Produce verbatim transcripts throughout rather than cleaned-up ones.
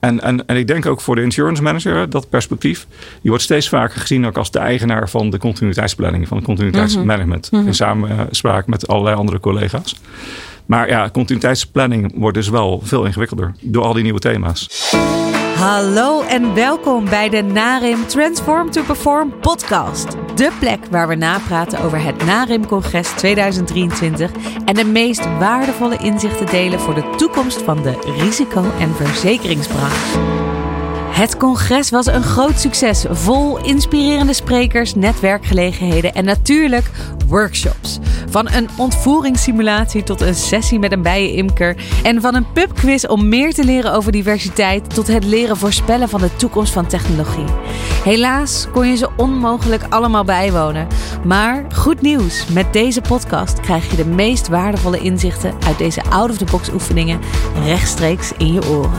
En, en, en ik denk ook voor de insurance manager, dat perspectief, die wordt steeds vaker gezien ook als de eigenaar van de continuïteitsplanning, van het continuïteitsmanagement. Mm-hmm. In samenspraak met allerlei andere collega's. Maar ja, continuïteitsplanning wordt dus wel veel ingewikkelder door al die nieuwe thema's. Hallo en welkom bij de NARIM Transform to Perform podcast. De plek waar we napraten over het NARIM-congres tweeduizend drieëntwintig en de meest waardevolle inzichten delen voor de toekomst van de risico- en verzekeringsbranche. Het congres was een groot succes, vol inspirerende sprekers, netwerkgelegenheden en natuurlijk workshops. Van een ontvoeringssimulatie tot een sessie met een bijenimker en van een pubquiz om meer te leren over diversiteit tot het leren voorspellen van de toekomst van technologie. Helaas kon je ze onmogelijk allemaal bijwonen. Maar goed nieuws, met deze podcast krijg je de meest waardevolle inzichten uit deze out-of-the-box oefeningen rechtstreeks in je oren.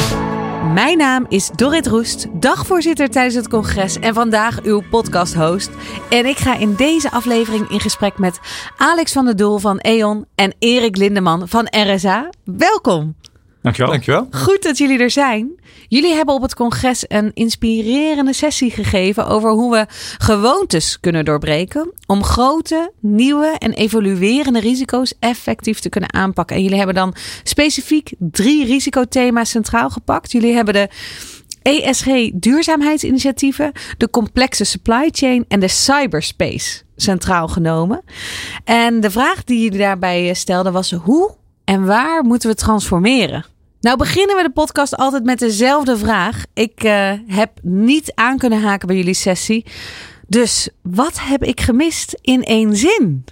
Mijn naam is Dorrit Roest, dagvoorzitter tijdens het congres en vandaag uw podcast-host. En ik ga in deze aflevering in gesprek met Alex van der Doel van E O N en Erik Lindeman van R S A. Welkom. Dankjewel. Dankjewel. Goed dat jullie er zijn. Jullie hebben op het congres een inspirerende sessie gegeven over hoe we gewoontes kunnen doorbreken om grote, nieuwe en evoluerende risico's effectief te kunnen aanpakken. En jullie hebben dan specifiek drie risicothema's centraal gepakt. Jullie hebben de E S G duurzaamheidsinitiatieven, de complexe supply chain en de cyberspace centraal genomen. En de vraag die jullie daarbij stelden was: hoe en waar moeten we transformeren? Nou beginnen we de podcast altijd met dezelfde vraag. Ik uh, heb niet aan kunnen haken bij jullie sessie. Dus wat heb ik gemist in één zin?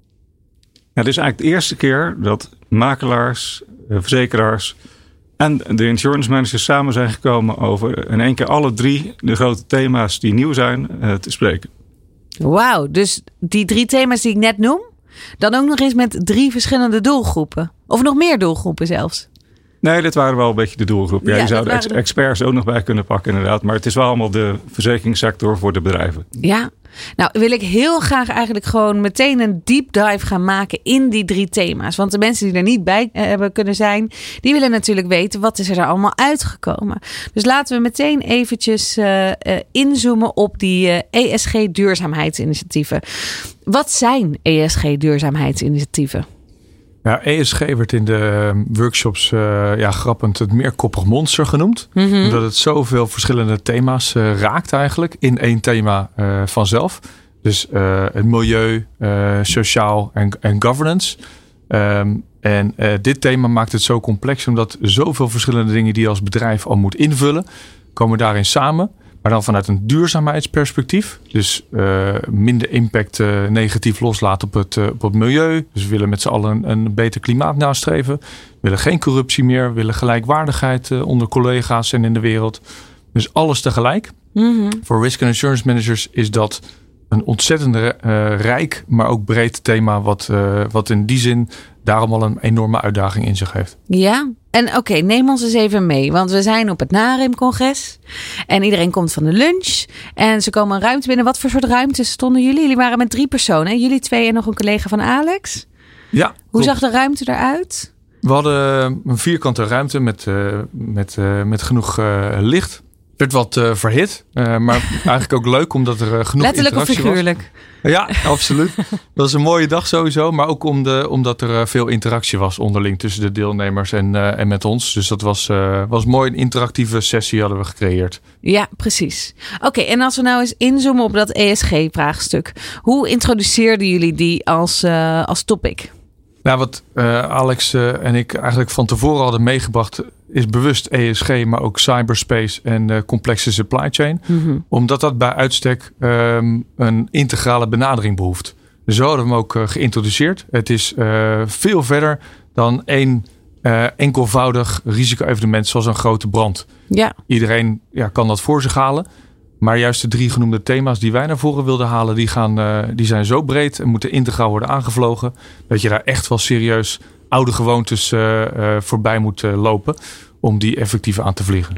Ja, dit is eigenlijk de eerste keer dat makelaars, verzekeraars en de insurance managers samen zijn gekomen over in één keer alle drie de grote thema's die nieuw zijn uh, te spreken. Wauw, dus die drie thema's die ik net noem, dan ook nog eens met drie verschillende doelgroepen. Of nog meer doelgroepen zelfs. Nee, dit waren wel een beetje de doelgroep. Ja, ja, je zou de ex- experts ook nog bij kunnen pakken inderdaad. Maar het is wel allemaal de verzekeringssector voor de bedrijven. Ja, nou wil ik heel graag eigenlijk gewoon meteen een deep dive gaan maken in die drie thema's. Want de mensen die er niet bij hebben kunnen zijn, die willen natuurlijk weten wat is er daar allemaal uitgekomen. Dus laten we meteen eventjes uh, uh, inzoomen op die uh, E S G duurzaamheidsinitiatieven. Wat zijn E S G duurzaamheidsinitiatieven? Ja, E S G werd in de workshops uh, ja, grappend het meerkoppig monster genoemd. Mm-hmm. Omdat het zoveel verschillende thema's uh, raakt eigenlijk in één thema uh, vanzelf. Dus uh, het milieu, uh, sociaal en, en governance. Um, en uh, dit thema maakt het zo complex omdat zoveel verschillende dingen die je als bedrijf al moet invullen, komen daarin samen. Maar dan vanuit een duurzaamheidsperspectief. Dus uh, minder impact uh, negatief loslaten op het, uh, op het milieu. Dus we willen met z'n allen een, een beter klimaat nastreven. We willen geen corruptie meer. We willen gelijkwaardigheid uh, onder collega's en in de wereld. Dus alles tegelijk. Mm-hmm. Voor risk and insurance managers is dat een ontzettend uh, rijk, maar ook breed thema. Wat, uh, wat in die zin daarom al een enorme uitdaging in zich heeft. Ja, en oké, okay, neem ons eens even mee. Want we zijn op het NARIM-congres. En iedereen komt van de lunch. En ze komen een ruimte binnen. Wat voor soort ruimtes stonden jullie? Jullie waren met drie personen. Jullie twee en nog een collega van Alex. Ja. Hoe klopt. zag de ruimte eruit? We hadden een vierkante ruimte met, uh, met, uh, met genoeg uh, licht. Het werd wat uh, verhit, uh, maar eigenlijk ook leuk omdat er uh, genoeg letterlijk interactie of figuurlijk? was. Ja, absoluut. Dat was een mooie dag sowieso, maar ook om de, omdat er uh, veel interactie was onderling tussen de deelnemers en, uh, en met ons. Dus dat was, uh, was mooi. Een interactieve sessie hadden we gecreëerd. Ja, precies. Oké, okay, en als we nou eens inzoomen op dat E S G-vraagstuk. Hoe introduceerden jullie die als, uh, als topic? Nou, wat uh, Alex uh, en ik eigenlijk van tevoren hadden meegebracht is bewust E S G, maar ook cyberspace en uh, complexe supply chain. Mm-hmm. Omdat dat bij uitstek um, een integrale benadering behoeft. Dus zo hadden we hem ook uh, geïntroduceerd. Het is uh, veel verder dan één uh, enkelvoudig risico-evenement zoals een grote brand. Ja. Iedereen ja, kan dat voor zich halen. Maar juist de drie genoemde thema's die wij naar voren wilden halen, die, gaan, uh, die zijn zo breed en moeten integraal worden aangevlogen, dat je daar echt wel serieus oude gewoontes uh, uh, voorbij moet uh, lopen om die effectief aan te vliegen.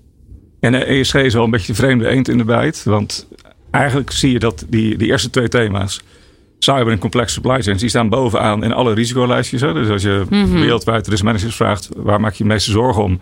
En de E S G is wel een beetje de vreemde eend in de bijt. Want eigenlijk zie je dat die, die eerste twee thema's, cyber en complex supply chains, die staan bovenaan in alle risicolijstjes. Hè? Dus als je mm-hmm. wereldwijd risk managers vraagt, waar maak je de meeste zorgen om?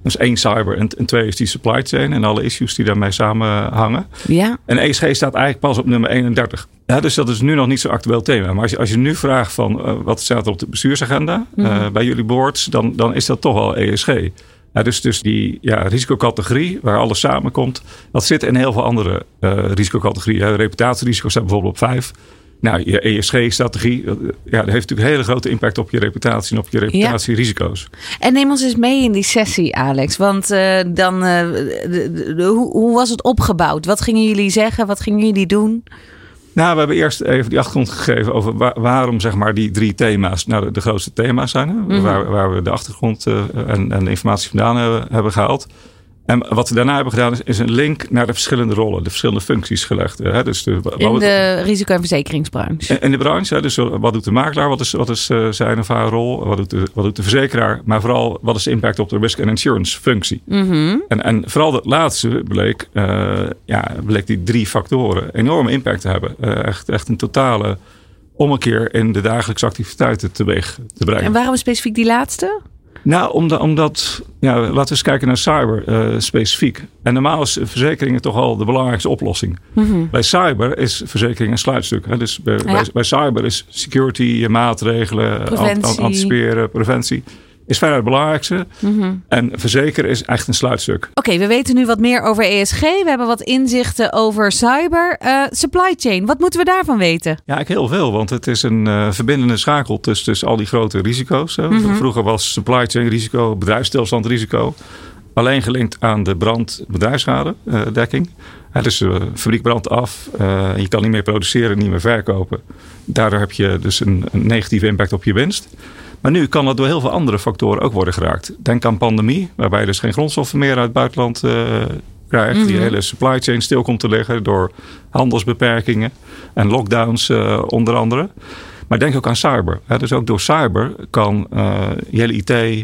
Dus één cyber en, en twee is die supply chain en alle issues die daarmee samenhangen. Ja. En E S G staat eigenlijk pas op nummer eenendertig. Ja, dus dat is nu nog niet zo'n actueel thema. Maar als je, als je nu vraagt van uh, wat staat er op de bestuursagenda mm-hmm. uh, bij jullie boards, dan, dan is dat toch wel E S G. Ja, dus, dus die ja, risicocategorie waar alles samenkomt, dat zit in heel veel andere uh, risicocategorieën. Reputatierisico's staat bijvoorbeeld op vijf. Nou, je E S G-strategie, ja, dat heeft natuurlijk een hele grote impact op je reputatie en op je reputatierisico's. Ja. En neem ons eens mee in die sessie, Alex. Want uh, dan, uh, de, de, de, hoe, hoe was het opgebouwd? Wat gingen jullie zeggen? Wat gingen jullie doen? Nou, we hebben eerst even die achtergrond gegeven over waar, waarom zeg maar die drie thema's nou de, de grootste thema's zijn. Hè? Mm-hmm. Waar, waar we de achtergrond uh, en, en de informatie vandaan hebben, hebben gehaald. En wat we daarna hebben gedaan is, is een link naar de verschillende rollen, de verschillende functies gelegd. Hè? Dus de, in de risico- en verzekeringsbranche. In de branche, hè? Dus wat doet de makelaar, wat is, wat is uh, zijn of haar rol, wat doet, de, wat doet de verzekeraar, maar vooral wat is de impact op de risk and insurance functie. Mm-hmm. En, en vooral dat laatste bleek, uh, ja, bleek die drie factoren enorme impact te hebben. Uh, echt, echt een totale ommekeer in de dagelijkse activiteiten teweeg te brengen. En waarom specifiek die laatste? Nou, omdat, omdat ja, laten we eens kijken naar cyber uh, specifiek. En normaal is verzekeringen toch al de belangrijkste oplossing. Mm-hmm. Bij cyber is verzekering een sluitstuk. Hè? Dus bij, ja. bij, bij cyber is security, maatregelen, preventie. anticiperen, preventie. Is verder het belangrijkste. Mm-hmm. En verzekeren is echt een sluitstuk. Oké, okay, we weten nu wat meer over E S G. We hebben wat inzichten over cyber. Uh, supply chain, wat moeten we daarvan weten? Ja, eigenlijk heel veel. Want het is een uh, verbindende schakel tussen, tussen al die grote risico's. Mm-hmm. Vroeger was supply chain risico, bedrijfsstilstand risico. Alleen gelinkt aan de brand-bedrijfsschade-dekking. Uh, dus de fabriek brandt af. Uh, je kan niet meer produceren, niet meer verkopen. Daardoor heb je dus een, een negatieve impact op je winst. Maar nu kan dat door heel veel andere factoren ook worden geraakt. Denk aan pandemie, waarbij je dus geen grondstoffen meer uit het buitenland uh, krijgt. Mm-hmm. Die hele supply chain stil komt te liggen door handelsbeperkingen en lockdowns uh, onder andere. Maar denk ook aan cyber. Hè. Dus ook door cyber kan uh, je hele I T, uh,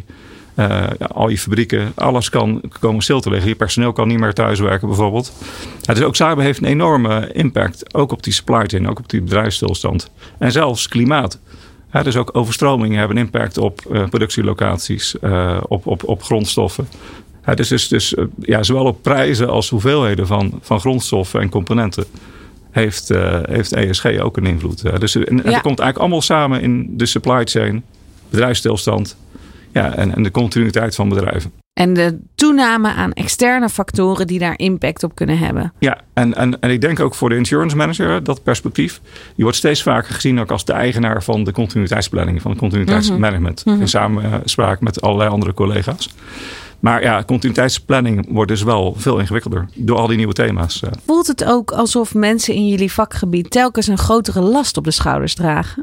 ja, al je fabrieken, alles kan komen stil te liggen. Je personeel kan niet meer thuiswerken bijvoorbeeld. Ja, dus ook cyber heeft een enorme impact. Ook op die supply chain, ook op die bedrijfsstilstand. En zelfs klimaat. Ja, dus ook overstromingen hebben een impact op uh, productielocaties, uh, op, op, op grondstoffen. Ja, dus dus, dus uh, ja, zowel op prijzen als hoeveelheden van, van grondstoffen en componenten heeft, uh, heeft E S G ook een invloed. Uh, dus, en, en ja. dat komt eigenlijk allemaal samen in de supply chain, bedrijfsstilstand, ja, en, en de continuïteit van bedrijven. En de toename aan externe factoren die daar impact op kunnen hebben. Ja, en, en, en ik denk ook voor de insurance manager, dat perspectief. Die wordt steeds vaker gezien ook als de eigenaar van de continuïteitsplanning, van de continuïteitsmanagement. Mm-hmm. In samenspraak met allerlei andere collega's. Maar ja, continuïteitsplanning wordt dus wel veel ingewikkelder door al die nieuwe thema's. Voelt het ook alsof mensen in jullie vakgebied telkens een grotere last op de schouders dragen?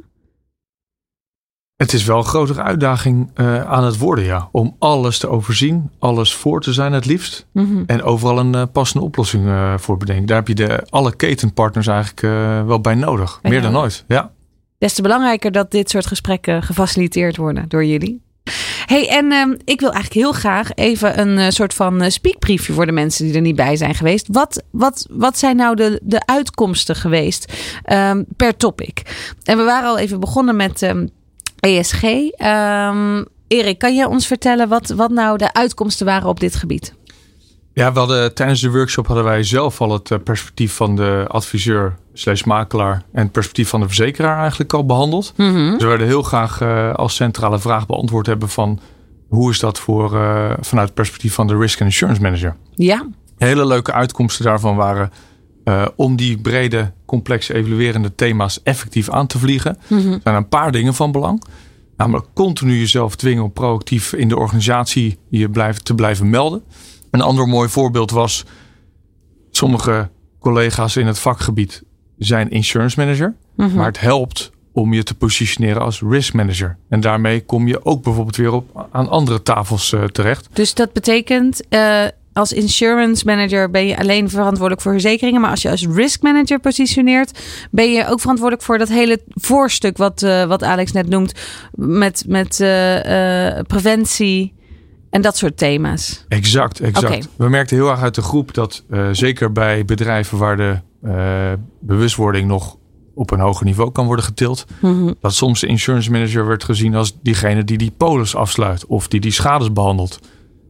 Het is wel een grotere uitdaging uh, aan het worden, ja. Om alles te overzien, alles voor te zijn het liefst. Mm-hmm. En overal een uh, passende oplossing uh, voor bedenken. Daar heb je de, alle ketenpartners eigenlijk uh, wel bij nodig. Bij Meer nodig. dan ooit, ja. Des te belangrijker dat dit soort gesprekken gefaciliteerd worden door jullie. Hey, en uh, ik wil eigenlijk heel graag even een uh, soort van uh, speakbriefje voor de mensen die er niet bij zijn geweest. Wat, wat, wat zijn nou de, de uitkomsten geweest um, per topic? En we waren al even begonnen met Um, E S G. Um, Erik, kan jij ons vertellen wat, wat nou de uitkomsten waren op dit gebied? Ja, we hadden, tijdens de workshop hadden wij zelf al het perspectief van de adviseur slash makelaar en het perspectief van de verzekeraar eigenlijk al behandeld. Mm-hmm. Dus we wilden heel graag uh, als centrale vraag beantwoord hebben van hoe is dat voor uh, vanuit het perspectief van de risk and insurance manager? Ja. Hele leuke uitkomsten daarvan waren Uh, om die brede, complexe, evaluerende thema's effectief aan te vliegen. Mm-hmm. Er zijn een paar dingen van belang. Namelijk continu jezelf dwingen om proactief in de organisatie je blijft, te blijven melden. Een ander mooi voorbeeld was, sommige collega's in het vakgebied zijn insurance manager. Mm-hmm. Maar het helpt om je te positioneren als risk manager. En daarmee kom je ook bijvoorbeeld weer op aan andere tafels uh, terecht. Dus dat betekent Uh... als insurance manager ben je alleen verantwoordelijk voor verzekeringen. Maar als je als risk manager positioneert, ben je ook verantwoordelijk voor dat hele voorstuk wat, uh, wat Alex net noemt. Met, met uh, uh, preventie en dat soort thema's. Exact, exact. Okay. We merkten heel erg uit de groep dat uh, zeker bij bedrijven waar de uh, bewustwording nog op een hoger niveau kan worden getild. Mm-hmm. Dat soms de insurance manager werd gezien als diegene die die polis afsluit of die die schades behandelt.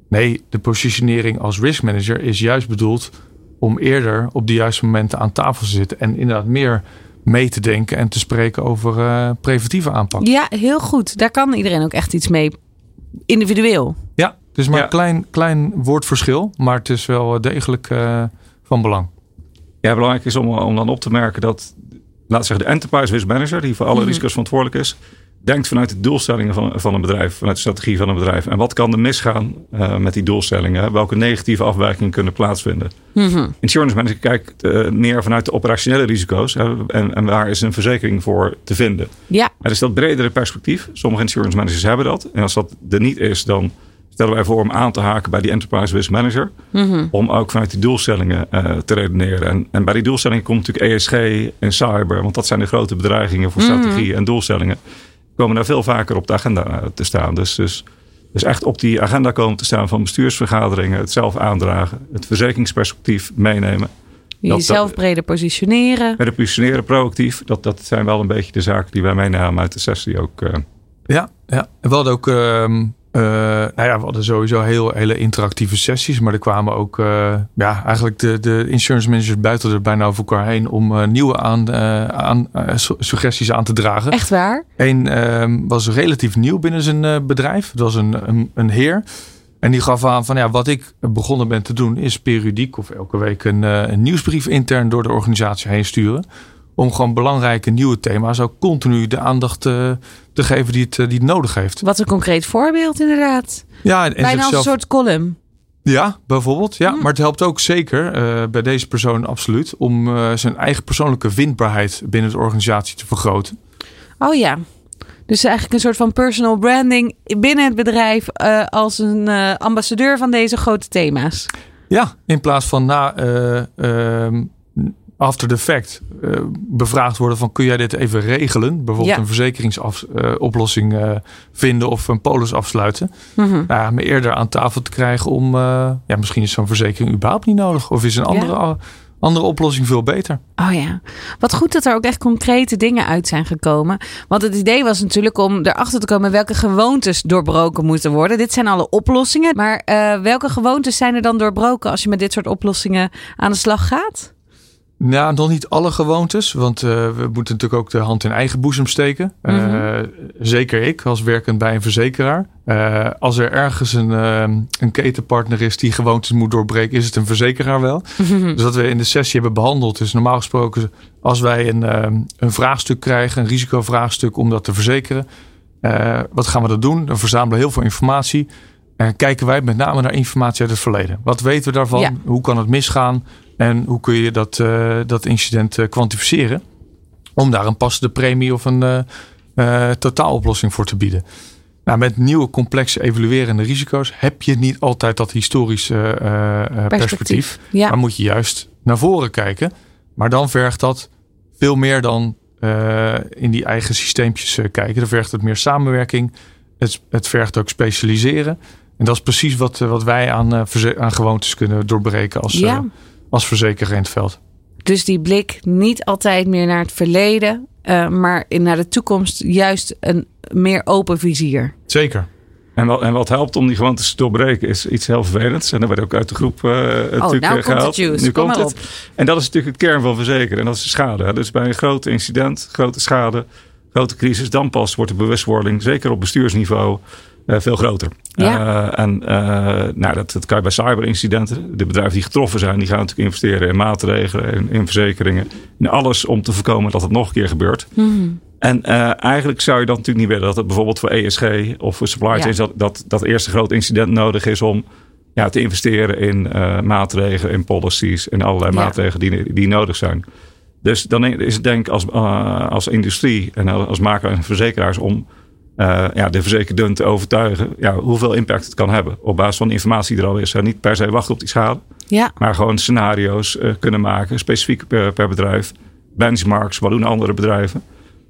Nee, de positionering als risk manager is juist bedoeld om eerder op de juiste momenten aan tafel te zitten en inderdaad meer mee te denken en te spreken over uh, preventieve aanpak. Ja, heel goed. Daar kan iedereen ook echt iets mee, individueel. Ja, het is maar ja. een klein, klein woordverschil, maar het is wel degelijk uh, van belang. Ja, belangrijk is om, om dan op te merken dat, laten we zeggen, de enterprise risk manager, die voor alle mm-hmm. risico's verantwoordelijk is, denkt vanuit de doelstellingen van, van een bedrijf, vanuit de strategie van een bedrijf. En wat kan er misgaan uh, met die doelstellingen? Welke negatieve afwijkingen kunnen plaatsvinden? Mm-hmm. Insurance manager kijkt uh, meer vanuit de operationele risico's. Hè, en, en waar is een verzekering voor te vinden? Ja. Er is dat bredere perspectief. Sommige insurance managers hebben dat. En als dat er niet is, dan stellen wij voor om aan te haken bij die enterprise risk manager. Mm-hmm. Om ook vanuit die doelstellingen uh, te redeneren. En, en bij die doelstellingen komt natuurlijk E S G en cyber. Want dat zijn de grote bedreigingen voor mm-hmm. strategie en doelstellingen. Komen daar veel vaker op de agenda te staan. Dus, dus, dus echt op die agenda komen te staan van bestuursvergaderingen. Het zelf aandragen. Het verzekeringsperspectief meenemen. Jezelf breder positioneren. Breder positioneren, proactief. Dat, dat zijn wel een beetje de zaken die wij meenamen uit de sessie ook. Uh. Ja, ja, we hadden ook... Uh... Uh, nou ja, we hadden sowieso heel, hele interactieve sessies. Maar er kwamen ook uh, ja, eigenlijk de, de insurance managers buiten er bijna over elkaar heen om uh, nieuwe aan, uh, aan, uh, suggesties aan te dragen. Echt waar? Eén uh, was relatief nieuw binnen zijn uh, bedrijf. Het was een, een, een heer. En die gaf aan van ja, wat ik begonnen ben te doen is periodiek of elke week een, uh, een nieuwsbrief intern door de organisatie heen sturen. Om gewoon belangrijke nieuwe thema's ook continu de aandacht uh, te geven die het, die het nodig heeft. Wat een concreet voorbeeld inderdaad. Ja, en bijna zichzelf... als een soort column. Ja, bijvoorbeeld. Ja, mm. Maar het helpt ook zeker uh, bij deze persoon absoluut om uh, zijn eigen persoonlijke vindbaarheid binnen de organisatie te vergroten. Oh ja. Dus eigenlijk een soort van personal branding binnen het bedrijf uh, als een uh, ambassadeur van deze grote thema's. Ja, in plaats van na uh, uh, after the fact uh, bevraagd worden van kun jij dit even regelen? Bijvoorbeeld ja. een verzekeringsoplossing uh, uh, vinden of een polis afsluiten. Mm-hmm. Nou, me eerder aan tafel te krijgen om uh, ja, misschien is zo'n verzekering überhaupt niet nodig. Of is een andere... Ja. Uh, Andere oplossing veel beter. Oh ja. Wat goed dat er ook echt concrete dingen uit zijn gekomen. Want het idee was natuurlijk om erachter te komen welke gewoontes doorbroken moeten worden. Dit zijn alle oplossingen. Maar uh, welke gewoontes zijn er dan doorbroken als je met dit soort oplossingen aan de slag gaat? Nou, nog niet alle gewoontes. Want uh, we moeten natuurlijk ook de hand in eigen boezem steken. Mm-hmm. Uh, zeker ik als werkend bij een verzekeraar. Uh, als er ergens een, uh, een ketenpartner is die gewoontes moet doorbreken, is het een verzekeraar wel. Mm-hmm. Dus wat we in de sessie hebben behandeld is normaal gesproken als wij een, uh, een vraagstuk krijgen, een risicovraagstuk om dat te verzekeren. Uh, wat gaan we dan doen? Dan verzamelen we heel veel informatie. En kijken wij met name naar informatie uit het verleden. Wat weten we daarvan? Ja. Hoe kan het misgaan? En hoe kun je dat, uh, dat incident uh, kwantificeren? Om daar een passende premie of een uh, uh, totaaloplossing voor te bieden. Nou, met nieuwe complexe evaluerende risico's heb je niet altijd dat historische uh, uh, perspectief. perspectief. Ja. Maar moet je juist naar voren kijken. Maar dan vergt dat veel meer dan uh, in die eigen systeempjes uh, kijken. Dan vergt het meer samenwerking. Het, het vergt ook specialiseren. En dat is precies wat, wat wij aan, uh, verze- aan gewoontes kunnen doorbreken als... Ja. Uh, als verzekeraar in het veld. Dus die blik niet altijd meer naar het verleden, uh, maar naar de toekomst juist een meer open vizier. Zeker. En wat, en wat helpt om die gewoontes te doorbreken is iets heel vervelends. En dat werd ook uit de groep uh, oh, natuurlijk nou gehaald. Komt het juice. Nu Kom komt maar het. op. En dat is natuurlijk het kern van verzekeren. En dat is de schade. Hè. Dus bij een groot incident, grote schade, grote crisis, dan pas wordt de bewustwording, zeker op bestuursniveau, uh, veel groter. Ja. Uh, en uh, nou, dat, dat kan je bij cyberincidenten. De bedrijven die getroffen zijn, die gaan natuurlijk investeren in maatregelen, in, in verzekeringen. In alles om te voorkomen dat het nog een keer gebeurt. Mm-hmm. En uh, eigenlijk zou je dan natuurlijk niet willen dat het bijvoorbeeld voor E S G of voor supply chains, ja. dat, dat dat eerste groot incident nodig is om ja, te investeren in uh, maatregelen, in policies en allerlei ja. maatregelen die, die nodig zijn. Dus dan is het denk ik als, uh, als industrie en als makelaar en verzekeraars om Uh, ja, de verzekerden te overtuigen ja, hoeveel impact het kan hebben. Op basis van de informatie die er al is. En niet per se wachten op die schade. Ja. Maar gewoon scenario's uh, kunnen maken. Specifiek per, per bedrijf. Benchmarks. Wat doen andere bedrijven?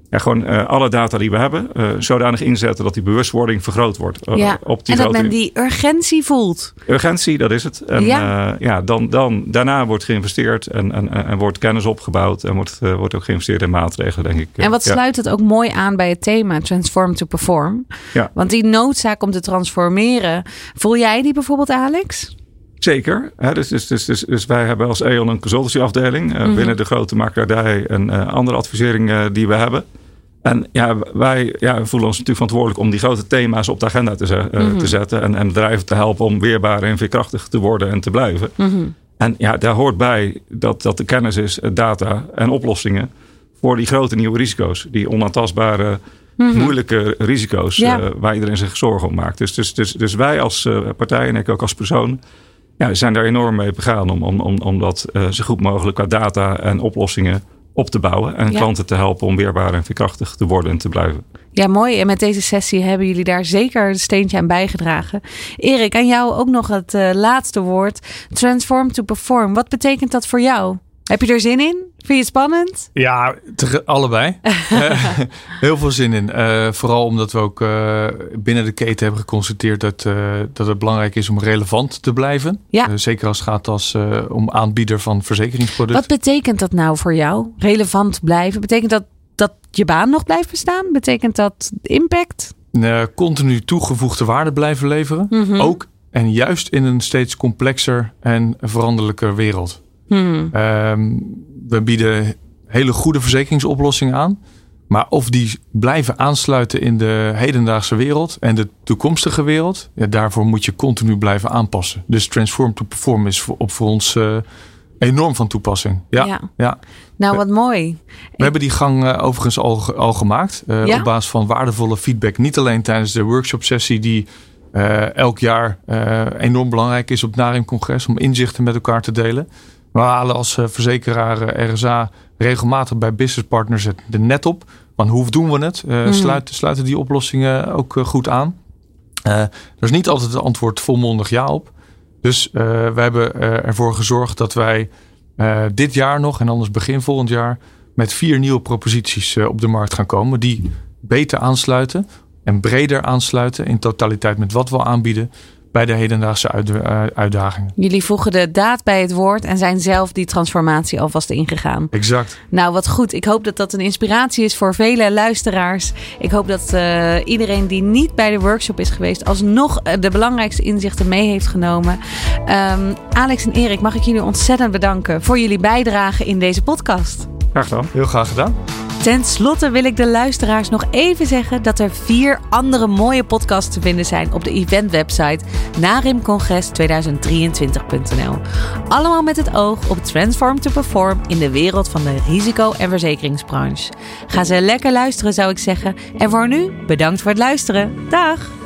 Ja, gewoon uh, alle data die we hebben, uh, zodanig inzetten dat die bewustwording vergroot wordt. Uh, ja, op die en dat grote... men die urgentie voelt. Urgentie, dat is het. En ja. Uh, ja, dan, dan, daarna wordt geïnvesteerd en, en, en wordt kennis opgebouwd en wordt, uh, wordt ook geïnvesteerd in maatregelen, denk ik. En wat ja. sluit het ook mooi aan bij het thema Transform to Perform. Ja. Want die noodzaak om te transformeren, voel jij die bijvoorbeeld, Alex? Zeker. Hè, dus, dus, dus, dus, dus wij hebben als E O N een consultancyafdeling uh, mm-hmm. binnen de grote makelaardij en uh, andere adviseringen uh, die we hebben. En ja, wij ja, voelen ons natuurlijk verantwoordelijk om die grote thema's op de agenda te, uh, mm-hmm. te zetten. En, en bedrijven te helpen om weerbaar en veerkrachtig te worden en te blijven. Mm-hmm. En ja, daar hoort bij dat, dat de kennis is, data en oplossingen voor die grote nieuwe risico's. Die onaantastbare, mm-hmm. moeilijke risico's ja. uh, waar iedereen zich zorgen om maakt. Dus, dus, dus, dus wij als uh, partij en ik ook als persoon... Ja, we zijn daar enorm mee begaan om, om, om, om dat uh, zo goed mogelijk qua data en oplossingen op te bouwen. En ja. klanten te helpen om weerbaar en veerkrachtig te worden en te blijven. Ja, mooi. En met deze sessie hebben jullie daar zeker een steentje aan bijgedragen. Erik, aan jou ook nog het uh, laatste woord. Transform to Perform. Wat betekent dat voor jou? Heb je er zin in? Vind je het spannend? Ja, te, allebei. uh, heel veel zin in. Uh, vooral omdat we ook uh, binnen de keten hebben geconstateerd dat, uh, dat het belangrijk is om relevant te blijven. Ja. Uh, zeker als het gaat als, uh, om aanbieder van verzekeringsproducten. Wat betekent dat nou voor jou? Relevant blijven? Betekent dat dat je baan nog blijft bestaan? Betekent dat impact? Uh, continu toegevoegde waarde blijven leveren. Mm-hmm. Ook en juist in een steeds complexer en veranderlijker wereld. Hmm. Um, we bieden hele goede verzekeringsoplossingen aan. Maar of die blijven aansluiten in de hedendaagse wereld en de toekomstige wereld, ja, daarvoor moet je continu blijven aanpassen. Dus Transform to Perform is voor, op voor ons uh, enorm van toepassing. Ja, ja. ja. Nou, wat mooi. We Ik... hebben die gang uh, overigens al, al gemaakt. Uh, ja? Op basis van waardevolle feedback. Niet alleen tijdens de workshop sessie die uh, elk jaar uh, enorm belangrijk is op het NARIM-congres om inzichten met elkaar te delen. We halen als verzekeraar R S A regelmatig bij business partners de net op. Want hoe doen we het? Uh, mm. sluiten, sluiten die oplossingen ook uh, goed aan? Uh, er is niet altijd het antwoord volmondig ja op. Dus uh, we hebben uh, ervoor gezorgd dat wij uh, dit jaar nog en anders begin volgend jaar met vier nieuwe proposities uh, op de markt gaan komen. Die beter aansluiten en breder aansluiten in totaliteit met wat we aanbieden bij de hedendaagse uitdagingen. Jullie voegen de daad bij het woord en zijn zelf die transformatie alvast ingegaan. Exact. Nou, wat goed. Ik hoop dat dat een inspiratie is voor vele luisteraars. Ik hoop dat uh, iedereen die niet bij de workshop is geweest alsnog uh, de belangrijkste inzichten mee heeft genomen. Um, Alex en Erik, mag ik jullie ontzettend bedanken voor jullie bijdrage in deze podcast. Graag gedaan. Heel graag gedaan. Ten slotte wil ik de luisteraars nog even zeggen dat er vier andere mooie podcasts te vinden zijn op de eventwebsite narimcongres tweeduizend drieëntwintig punt n l. Allemaal met het oog op Transform to Perform in de wereld van de risico- en verzekeringsbranche. Ga ze lekker luisteren, zou ik zeggen. En voor nu, bedankt voor het luisteren. Dag!